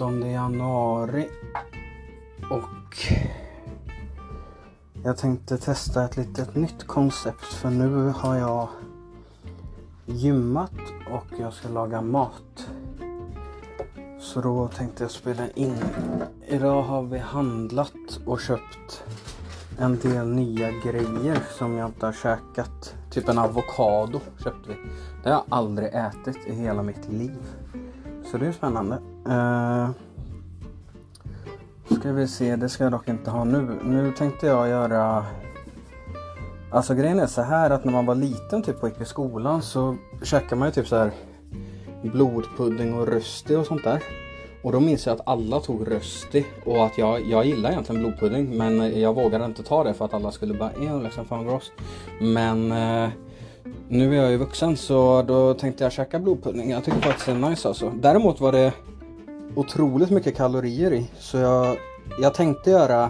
15 januari och jag tänkte testa ett litet nytt koncept, för nu har jag gymmat och jag ska laga mat. Så då tänkte jag spela in. Idag har vi handlat och köpt en del nya grejer som jag inte har käkat. Typ en avokado köpte vi. Det har jag aldrig ätit i hela mitt liv. Så det är spännande. Ska vi se, det ska jag dock inte ha nu. Nu tänkte jag göra... Alltså grejen är så här att när man var liten typ och gick i skolan så käkade man ju typ så här blodpudding och rösti och sånt där. Och då minns jag att alla tog rösti och att jag gillar egentligen blodpudding, men jag vågade inte ta det för att alla skulle bara liksom fan gross. Men nu är jag ju vuxen så då tänkte jag käka blodpudding. Jag tycker faktiskt det är nice alltså. Däremot var det otroligt mycket kalorier i, så jag tänkte göra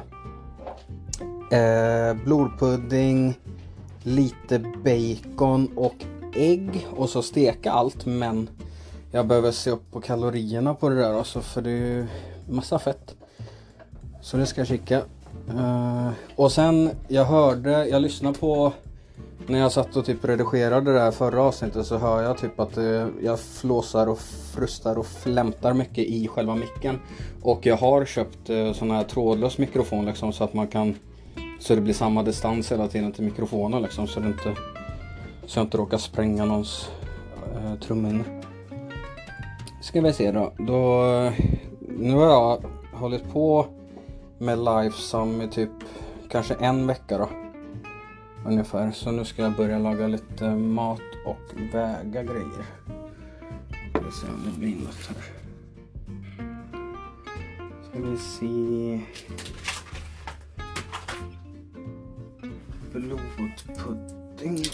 blodpudding, lite bacon och ägg och så steka allt, men jag behöver se upp på kalorierna på det där också, för det är massa fett. Så det ska jag kika. Och sen jag lyssnade på när jag satt och typ redigerade det där förra avsnittet, så hör jag typ att jag flåsar och frustar och flämtar mycket i själva micken. Och jag har köpt sån här trådlös mikrofon liksom, så att man kan, så det blir samma distans hela tiden till mikrofonen liksom, så jag inte råkar spränga någons trumhinnor. Ska vi se då. Nu har jag hållit på med Lifesum i typ kanske en vecka då. Ungefär. Så nu ska jag börja laga lite mat och väga grejer. Ska vi se om det blir något här. Ska vi se. Blodpudding.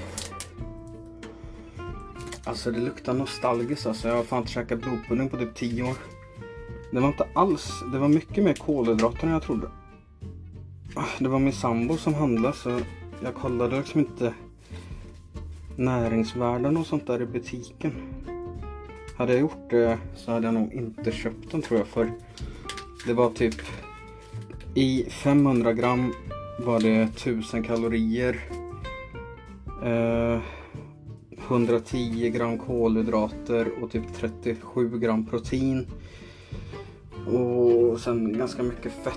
Alltså det luktar nostalgiskt alltså. Jag har fan inte käkat blodpudding på typ 10 år. Det var inte alls. Det var mycket mer kolhydrater än jag trodde. Det var min sambo som handlade, så jag kollade liksom inte näringsvärden och sånt där i butiken. Hade jag gjort det så hade jag nog inte köpt den, tror jag, för det var typ i 500 gram var det 1000 kalorier, 110 gram kolhydrater och typ 37 gram protein och sen ganska mycket fett.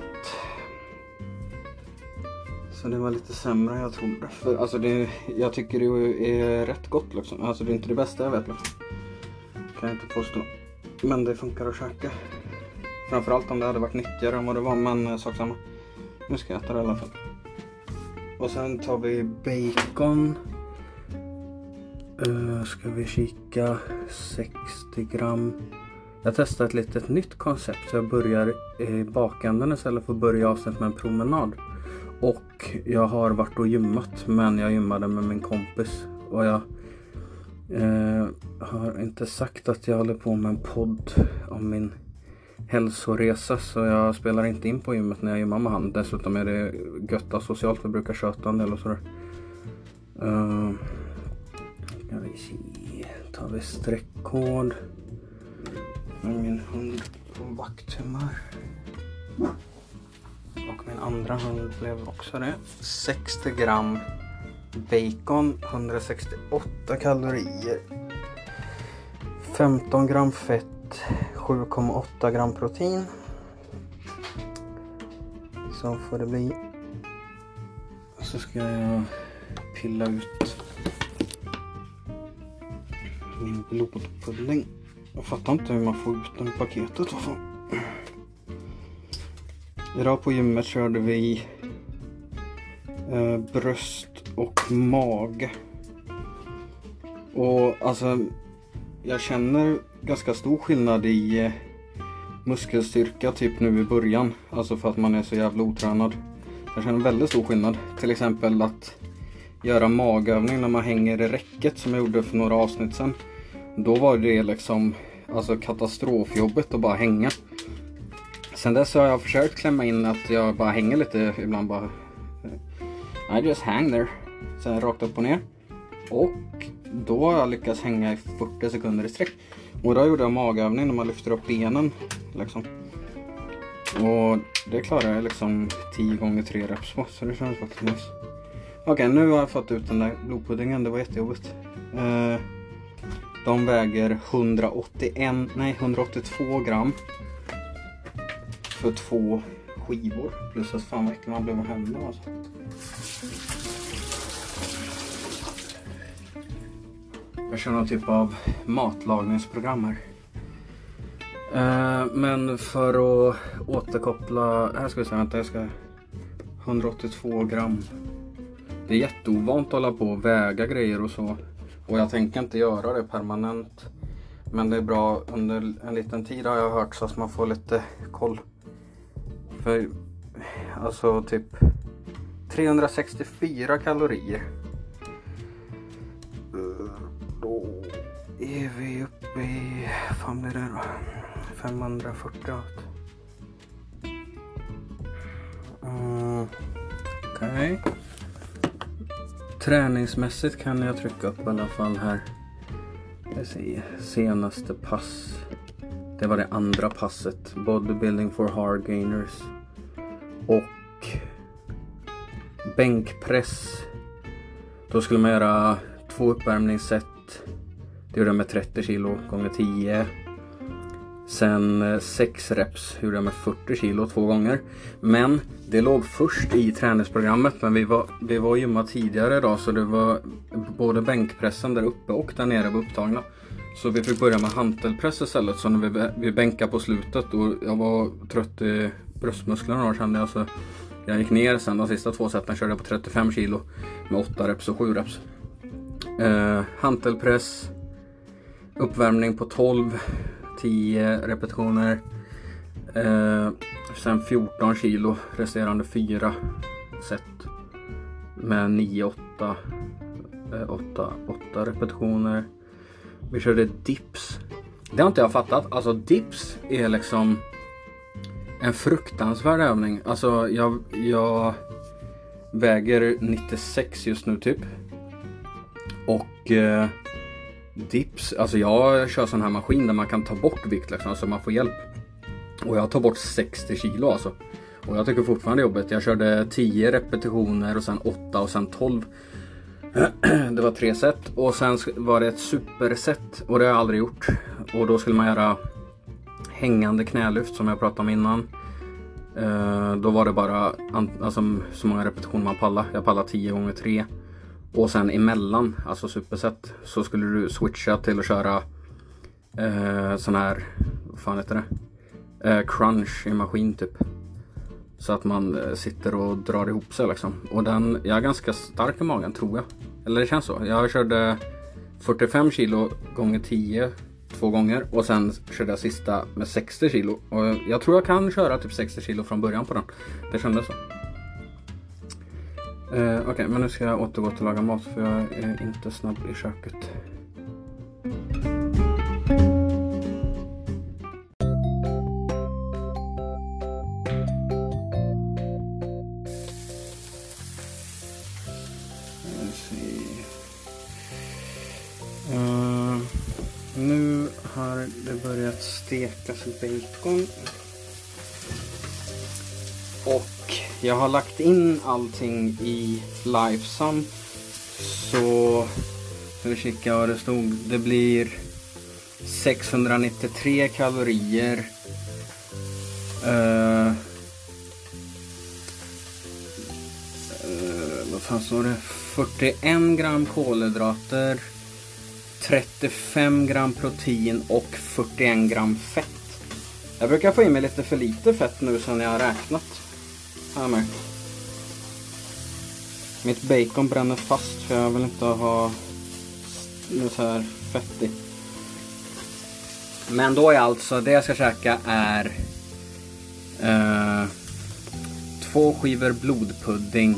Så det var lite sämre än jag trodde. För alltså jag tycker det är rätt gott liksom. Alltså det är inte det bästa jag vet liksom. Kan jag inte påstå. Men det funkar att käka. Framförallt om det hade varit nyttigare än vad det var, men sak samma. Nu ska jag äta det i alla fall. Och sen tar vi bacon. Ska vi kika 60 gram. Jag testar ett litet nytt koncept. Så jag börjar i bakänden istället för att börja avsnitt med en promenad. Och jag har varit och gymmat, men jag gymmade med min kompis. Och jag har inte sagt att jag håller på med en podd om min hälsoresa, så jag spelar inte in på gymmet när jag gymmar med han. Dessutom är det götta socialt, vi brukar köta en del och sådär. Ska vi se, tar vi streckkod med min hund på vakthumör. Och min andra hund blev också det. 60 gram bacon, 168 kalorier, 15 gram fett, 7,8 gram protein. Så får det bli. Så ska jag pilla ut min blodpudding. Jag fattar inte hur man får ut den i paketet. Idag på gymmet körde vi bröst och mage. Och alltså jag känner ganska stor skillnad i muskelstyrka typ nu i början. Alltså för att man är så jävla otränad. Jag känner väldigt stor skillnad. Till exempel att göra magövning när man hänger i räcket, som jag gjorde för några avsnitt sedan. Då var det liksom alltså katastrofjobbet att bara hänga. Sen dess har jag försökt klämma in att jag bara hänger lite ibland, bara I just hang there. Sen rakt upp och ner. Och då har jag lyckats hänga i 40 sekunder i sträck. Och då gjorde jag magövning när man lyfter upp benen liksom. Och det klarar jag liksom 10 gånger 3 reps på, så det känns faktiskt nice. Okej, nu har jag fått ut den där blodpuddingen, det var jättejobbigt. De väger 182 gram för 2 skivor. Plus att fan vad äcklig man blev med händerna alltså. Jag kör någon typ av matlagningsprogram här. Men för att återkoppla, här ska vi se, vänta, jag ska 182 gram. Det är jätteovant att hålla på och väga grejer och så. Och jag tänker inte göra det permanent. Men det är bra under en liten tid har jag hört, så att man får lite koll. För alltså typ 364 kalorier. Då är vi uppe i, fan blir det då? 540 allt. Okej. Träningsmässigt kan jag trycka upp i alla fall här. Jag ser senaste pass. Det var det andra passet. Bodybuilding for hard gainers. Och bänkpress. Då skulle man göra 2 uppvärmningsset. Det gjorde jag med 30 kilo gånger 10. Sen 6 reps gjorde jag med 40 kilo 2 gånger. Men det låg först i träningsprogrammet. Men vi var gymma tidigare idag, så det var både bänkpressen där uppe och där nere var upptagna. Så vi fick börja med hantelpress istället. Så när vi bänkade på slutet och jag var trött i bröstmusklerna då, kände jag. Så jag gick ner sen, de sista 2 sätten körde jag på 35 kilo med 8 reps och 7 reps. Hantelpress, uppvärmning på 10 repetitioner. Sen 14 kilo, resterande 4 set med 8 repetitioner. Vi körde dips. Det har inte jag fattat. Alltså dips är liksom en fruktansvärd övning. Alltså jag väger 96 just nu typ. Och dips, alltså jag kör sån här maskin där man kan ta bort vikt liksom, så man får hjälp. Och jag tar bort 60 kilo alltså. Och jag tycker fortfarande jobbet. Jag körde 10 repetitioner och sen 8 och sen 12. Det var 3 set. Och sen var det ett superset. Och det har jag aldrig gjort. Och då skulle man göra hängande knälyft som jag pratade om innan. Då var det bara alltså, så många repetitioner man pallar. Jag pallar 10 gånger 3. Och sen emellan, alltså superset, så skulle du switcha till att köra sån här, vad fan heter det? Crunch i maskin typ. Så att man sitter och drar ihop sig liksom. Och jag är ganska stark i magen tror jag. Eller det känns så. Jag körde 45 kilo gånger 10 2 gånger. Och sen körde jag sista med 60 kilo. Och jag tror jag kan köra typ 60 kilo från början på den. Det kändes så. Okej, men nu ska jag återgå till att laga mat, för jag är inte snabb i köket. Nu har det börjat stekas bacon. Och jag har lagt in allting i Lifesum. Så ska vi kika vad det stod. Det blir 693 kalorier. Vad fan står det? 41 gram kolhydrater, 35 gram protein och 41 gram fett. Jag brukar få i mig lite för lite fett nu sen jag har räknat. Här med. Mitt bacon bränner fast för jag vill inte ha så här fett i. Men då är alltså det jag ska käka är 2 skivor blodpudding,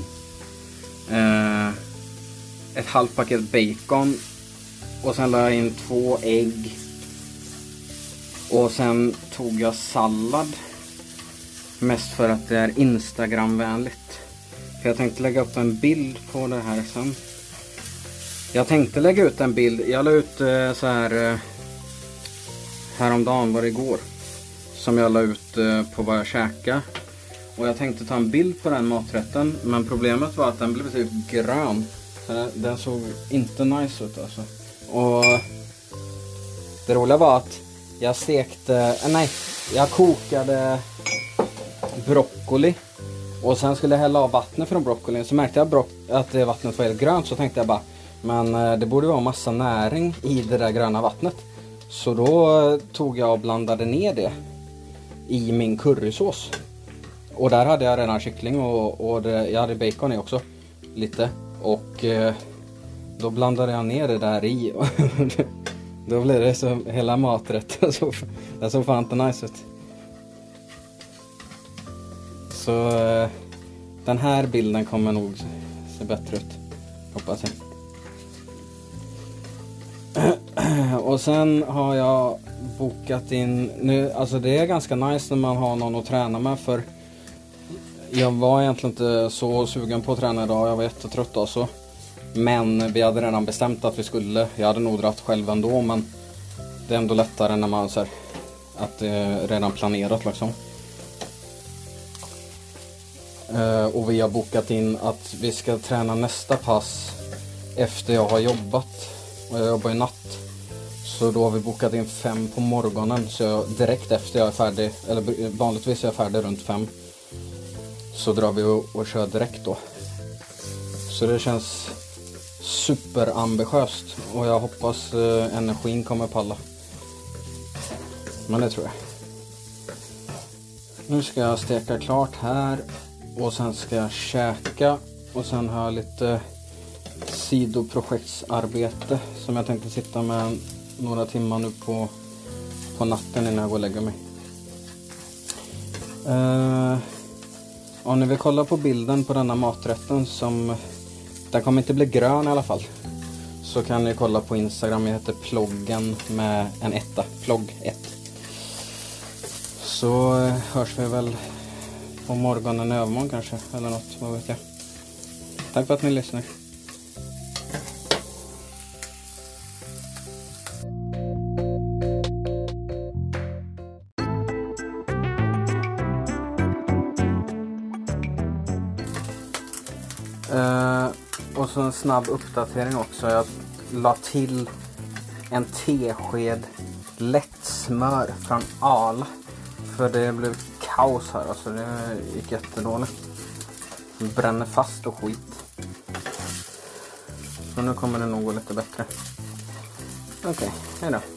ett halvt paket bacon och sen la jag in 2 ägg och sen tog jag sallad, mest för att det är Instagramvänligt. För jag tänkte lägga upp en bild på det här sen. Jag tänkte lägga ut en bild. Jag la ut så här häromdagen, var det igår. som jag la ut på vad jag käkade. Och jag tänkte ta en bild på den maträtten, men problemet var att den blev typ grön. Så den såg inte nice ut alltså. Och det roliga var att jag kokade broccoli. Och sen skulle jag hälla av vattnet från broccolin. Så märkte jag att vattnet var helt grönt. Så tänkte jag bara, men det borde vara massa näring i det där gröna vattnet. Så då tog jag och blandade ner det i min currysås. Och där hade jag redan kyckling och jag hade bacon i också. Lite. Och då blandade jag ner det där i. Då blev det så hela maträtten. Det såg fan inte nice ut. Så den här bilden kommer nog se bättre ut. Hoppas jag. Och sen har jag bokat in nu, alltså det är ganska nice när man har någon att träna med, för jag var egentligen inte så sugen på att träna idag. Jag var jättetrött alltså. Men vi hade redan bestämt att vi skulle. Jag hade nog dratt själv ändå, men det är ändå lättare när man så här, att det är redan planerat liksom. Och vi har bokat in att vi ska träna nästa pass efter jag har jobbat. Och jag jobbar i natt. Så då har vi bokat in 5 på morgonen. Så direkt efter jag är färdig, eller vanligtvis är jag färdig runt 5. Så drar vi och kör direkt då. Så det känns superambitiöst. Och jag hoppas energin kommer palla. Men det tror jag. Nu ska jag steka klart här. Och sen ska jag käka. Och sen har jag lite sidoprojektsarbete som jag tänkte sitta med några timmar nu på natten innan jag går och lägger mig. Om ni vill kolla på bilden på denna maträtten, som den kommer inte bli grön i alla fall, så kan ni kolla på Instagram. Jag heter Ploggen med en etta, Plogg 1. Så hörs vi väl på morgonen i övermorgon kanske, eller något, vad vet jag. Tack för att ni lyssnar. Och så en snabb uppdatering också. Jag la till en tesked lätt smör från Arla. För det blev kaos här. Alltså det gick jättedåligt. Det bränner fast och skit. Så nu kommer det nog gå lite bättre. Okej, hej då.